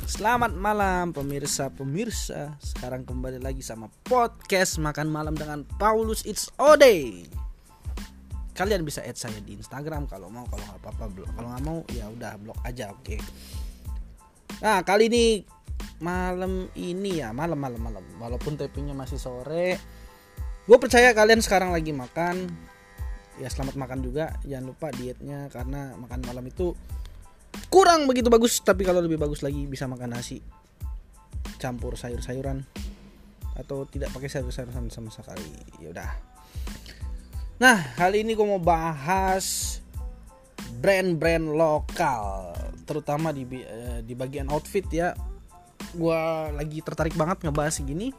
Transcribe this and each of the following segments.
Selamat malam pemirsa. Sekarang kembali lagi sama podcast Makan Malam dengan Paulus It's Ode. Kalian bisa add saya di Instagram kalau mau, kalau nggak apa-apa blok. Kalau nggak mau ya udah blok aja, oke. Nah, kali ini malam. Walaupun tapingnya masih sore, gue percaya kalian sekarang lagi makan. Ya selamat makan juga. Jangan lupa dietnya, karena makan malam itu kurang begitu bagus. Tapi kalau lebih bagus lagi bisa makan nasi campur sayur-sayuran, atau tidak pakai sayur-sayuran sama sekali. Ya udah. Nah, kali ini gue mau bahas brand-brand lokal, terutama di bagian outfit ya. Gue lagi tertarik banget ngebahas gini.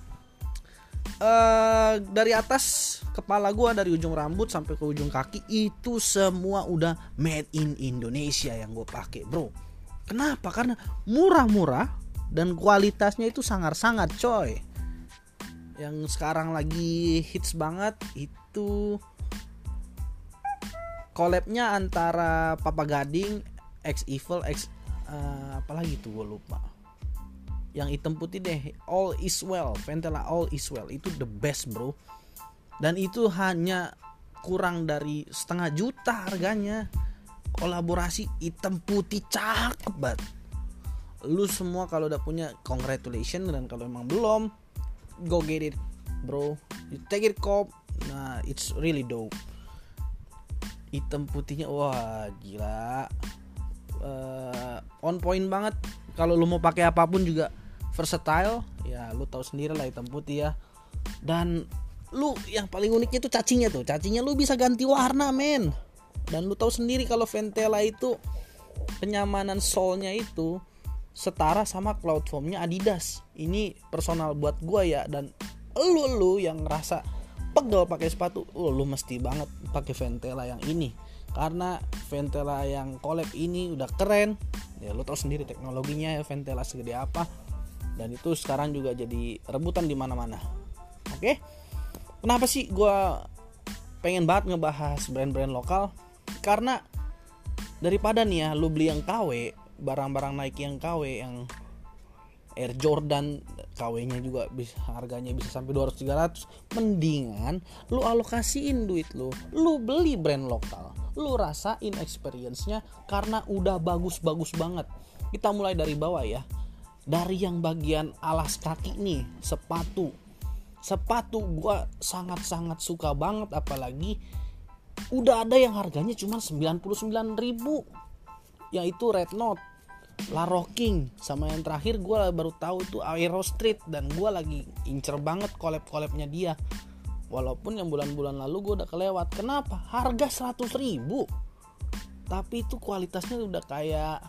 Dari atas kepala gue, dari ujung rambut sampai ke ujung kaki, itu semua udah made in Indonesia yang gue pakai, bro. Kenapa? Karena murah-murah dan kualitasnya itu sangat-sangat, coy. Yang sekarang lagi hits banget itu collabnya antara Papa Gading, X Evil, apalagi tuh gue lupa. Yang hitam putih deh, All Is Well, Ventela All Is Well, itu the best, bro. Dan itu hanya kurang dari 500 juta harganya. Kolaborasi hitam putih cakep banget. Lu semua kalau udah punya, congratulations. Dan kalau emang belum, go get it, bro. You take it, cop. Nah, it's really dope. Hitam putihnya wah gila, on point banget. Kalau lu mau pakai apapun juga versatile. Ya lu tahu sendiri lah hitam putih ya. Dan lu yang paling uniknya tuh cacingnya lu bisa ganti warna, men. Dan lu tahu sendiri kalau Ventela itu kenyamanan solnya itu setara sama cloud foamnya Adidas. Ini personal buat gua ya. Dan lu yang ngerasa pegel pakai sepatu, lu mesti banget pakai Ventela yang ini, karena Ventela yang collab ini udah keren. Ya lu tahu sendiri teknologinya ya, Ventela segede apa. Dan itu sekarang juga jadi rebutan di mana-mana. Oke? Kenapa sih gue pengen banget ngebahas brand-brand lokal? Karena daripada nih ya lu beli yang KW, barang-barang Nike yang KW, yang Air Jordan KW-nya juga harganya bisa sampai 200-300, mendingan lu alokasiin duit lu beli brand lokal. Lu rasain experience-nya karena udah bagus-bagus banget. Kita mulai dari bawah ya. Dari yang bagian alas kaki nih, sepatu gua sangat-sangat suka banget, apalagi udah ada yang harganya cuma 99.000, yaitu Red Note, La Rocking, sama yang terakhir gua baru tahu itu Aero Street. Dan gua lagi incer banget collab-collabnya dia. Walaupun yang bulan-bulan lalu gua udah kelewat. Kenapa? Harga 100.000, tapi itu kualitasnya udah kayak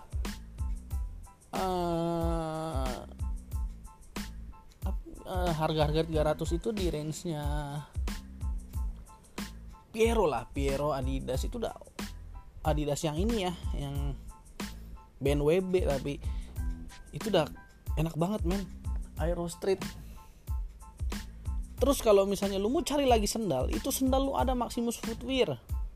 harga-harga 300 itu di range-nya Piero Adidas. Itu udah Adidas yang ini ya, yang band WB, tapi itu udah enak banget, men. Aero Street. Terus kalau misalnya lu mau cari lagi sendal, itu sendal lu ada Maximus Footwear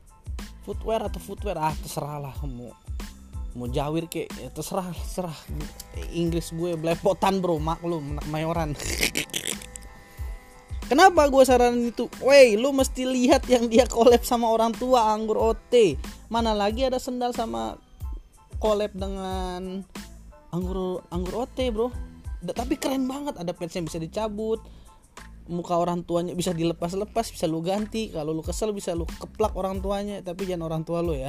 terserah lah. Mau jawir kek ya, terserah. Inggris gue belepotan, bro, maklum anak Mayoran. Kenapa gue saranin itu? Wey, lu mesti lihat yang dia collab sama orang tua, Anggur OT. Mana lagi ada sendal sama collab dengan Anggur OT, bro. Tapi keren banget, ada padsnya bisa dicabut, muka orang tuanya bisa dilepas-lepas, bisa lu ganti. Kalau lu kesel bisa lu keplak orang tuanya, tapi jangan orang tua lu ya.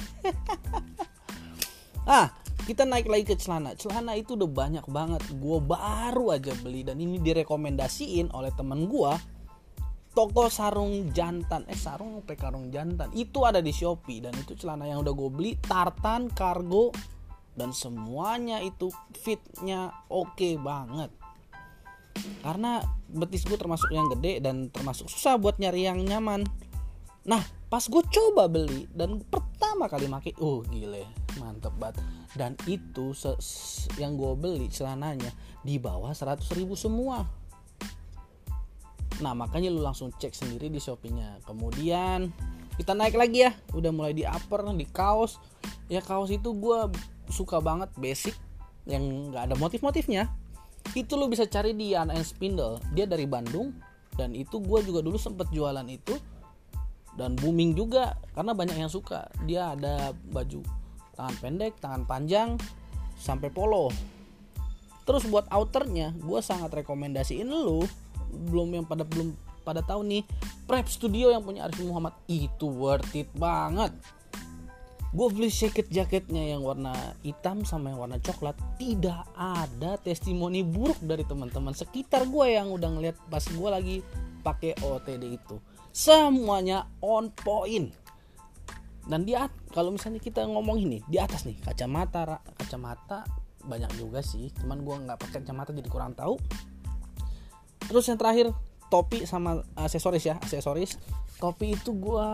Kita naik lagi ke celana itu udah banyak banget. Gue baru aja beli, dan ini direkomendasiin oleh temen gue. Toko sarung jantan, karung jantan itu ada di Shopee. Dan itu celana yang udah gue beli, tartan, kargo, dan semuanya itu fitnya oke banget. Karena betis gue termasuk yang gede dan termasuk susah buat nyari yang nyaman. Nah, pas gue coba beli dan pertama kali pakai, gile, mantep banget. Dan itu yang gue beli celananya di bawah 100.000 semua. Nah, makanya lu langsung cek sendiri di Shopee-nya. Kemudian kita naik lagi ya, udah mulai di upper, di kaos. Ya kaos itu gue suka banget, basic, yang nggak ada motif-motifnya, itu lu bisa cari di Yarn and Spindle. Dia dari Bandung, dan itu gue juga dulu sempet jualan itu dan booming juga karena banyak yang suka. Dia ada baju tangan pendek, tangan panjang, sampai polo. Terus buat outernya, gue sangat rekomendasiin lu, belum pada tahu nih, Prep Studio yang punya Arifin Muhammad itu worth it banget. Gue beli jaketnya yang warna hitam sama yang warna coklat, tidak ada testimoni buruk dari teman-teman sekitar gue yang udah ngeliat pas gue lagi pakai OOTD itu. Semuanya on point. Dan kalau misalnya kita ngomong ini di atas nih, kacamata banyak juga sih, cuman gue nggak pakai kacamata jadi kurang tahu. Terus yang terakhir, topi sama aksesoris. Topi itu gue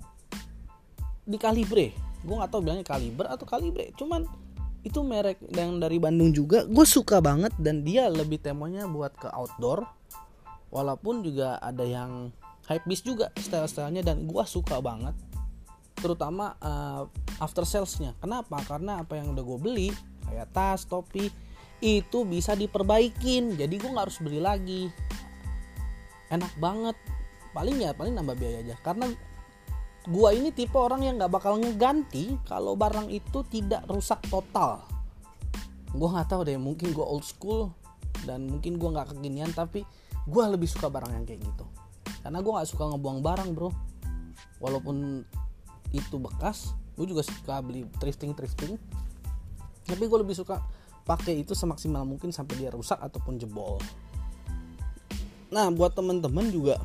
di Calibre, gue nggak tahu bilangnya Caliber atau Calibre, cuman itu merek yang dari Bandung juga, gue suka banget. Dan dia lebih temonya buat ke outdoor, walaupun juga ada yang hypebeast juga style-stylenya, dan gue suka banget, terutama after salesnya. Kenapa? Karena apa yang udah gue beli kayak tas, topi itu bisa diperbaikin, jadi gue nggak harus beli lagi. Enak banget. Paling nambah biaya aja, karena gue ini tipe orang yang nggak bakal ngeganti kalau barang itu tidak rusak total. Gue nggak tahu deh, mungkin gue old school dan mungkin gue nggak kekinian, tapi gue lebih suka barang yang kayak gitu karena gue nggak suka ngebuang barang, bro. Walaupun itu bekas, gue juga suka beli thrifting, tapi gue lebih suka pakai itu semaksimal mungkin sampai dia rusak ataupun jebol. Nah, buat temen-temen juga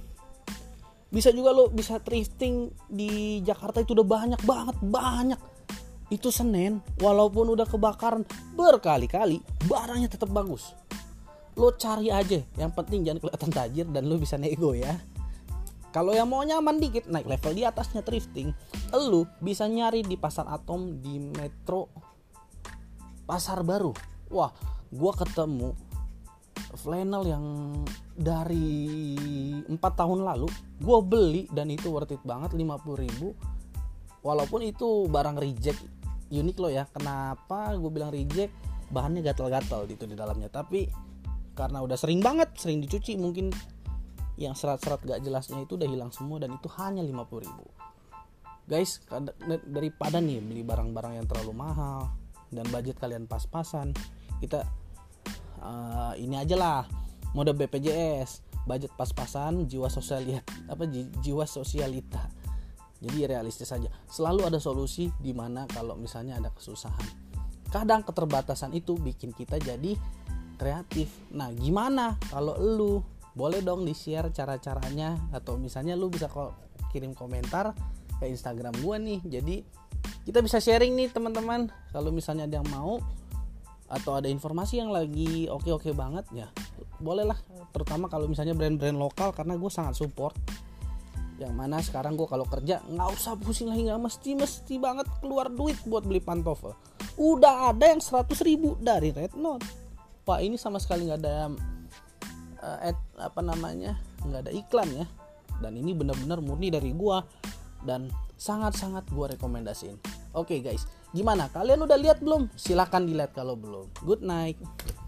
bisa juga lo bisa thrifting di Jakarta, itu udah banyak. Itu Senen, walaupun udah kebakaran berkali-kali, barangnya tetap bagus. Lo cari aja, yang penting jangan kelihatan tajir dan lo bisa nego ya. Kalau yang mau nyaman dikit, naik level di atasnya thrifting, lo bisa nyari di Pasar Atom, di Metro, Pasar Baru. Wah, gua ketemu flannel yang dari 4 tahun lalu gua beli dan itu worth it banget, 50.000. Walaupun itu barang reject, unik lo ya. Kenapa gue bilang reject? Bahannya gatal-gatal gitu di dalamnya, tapi karena udah sering dicuci, mungkin yang serat-serat gak jelasnya itu udah hilang semua, dan itu hanya 50.000. Guys, daripada nih beli barang-barang yang terlalu mahal dan budget kalian pas-pasan, kita ini aja lah, mode BPJS, budget pas-pasan, jiwa sosialita. Jadi realistis saja. Selalu ada solusi di mana kalau misalnya ada kesusahan. Kadang keterbatasan itu bikin kita jadi kreatif. Nah, gimana kalau lu? Boleh dong di-share cara-caranya, atau misalnya lu bisa kirim komentar ke Instagram gua nih. Jadi kita bisa sharing nih teman-teman. Kalau misalnya ada yang mau atau ada informasi yang lagi oke banget ya, bolehlah. Terutama kalau misalnya brand-brand lokal, karena gue sangat support. Yang mana sekarang gue kalau kerja nggak usah pusing lagi, nggak mesti banget keluar duit buat beli pantofel. Udah ada yang 100.000 dari Red Note. Wah, ini sama sekali nggak ada nggak ada iklan ya. Dan ini benar-benar murni dari gue dan sangat-sangat gue rekomendasiin. Oke guys, gimana? Kalian udah lihat belum? Silahkan dilihat kalau belum. Good night.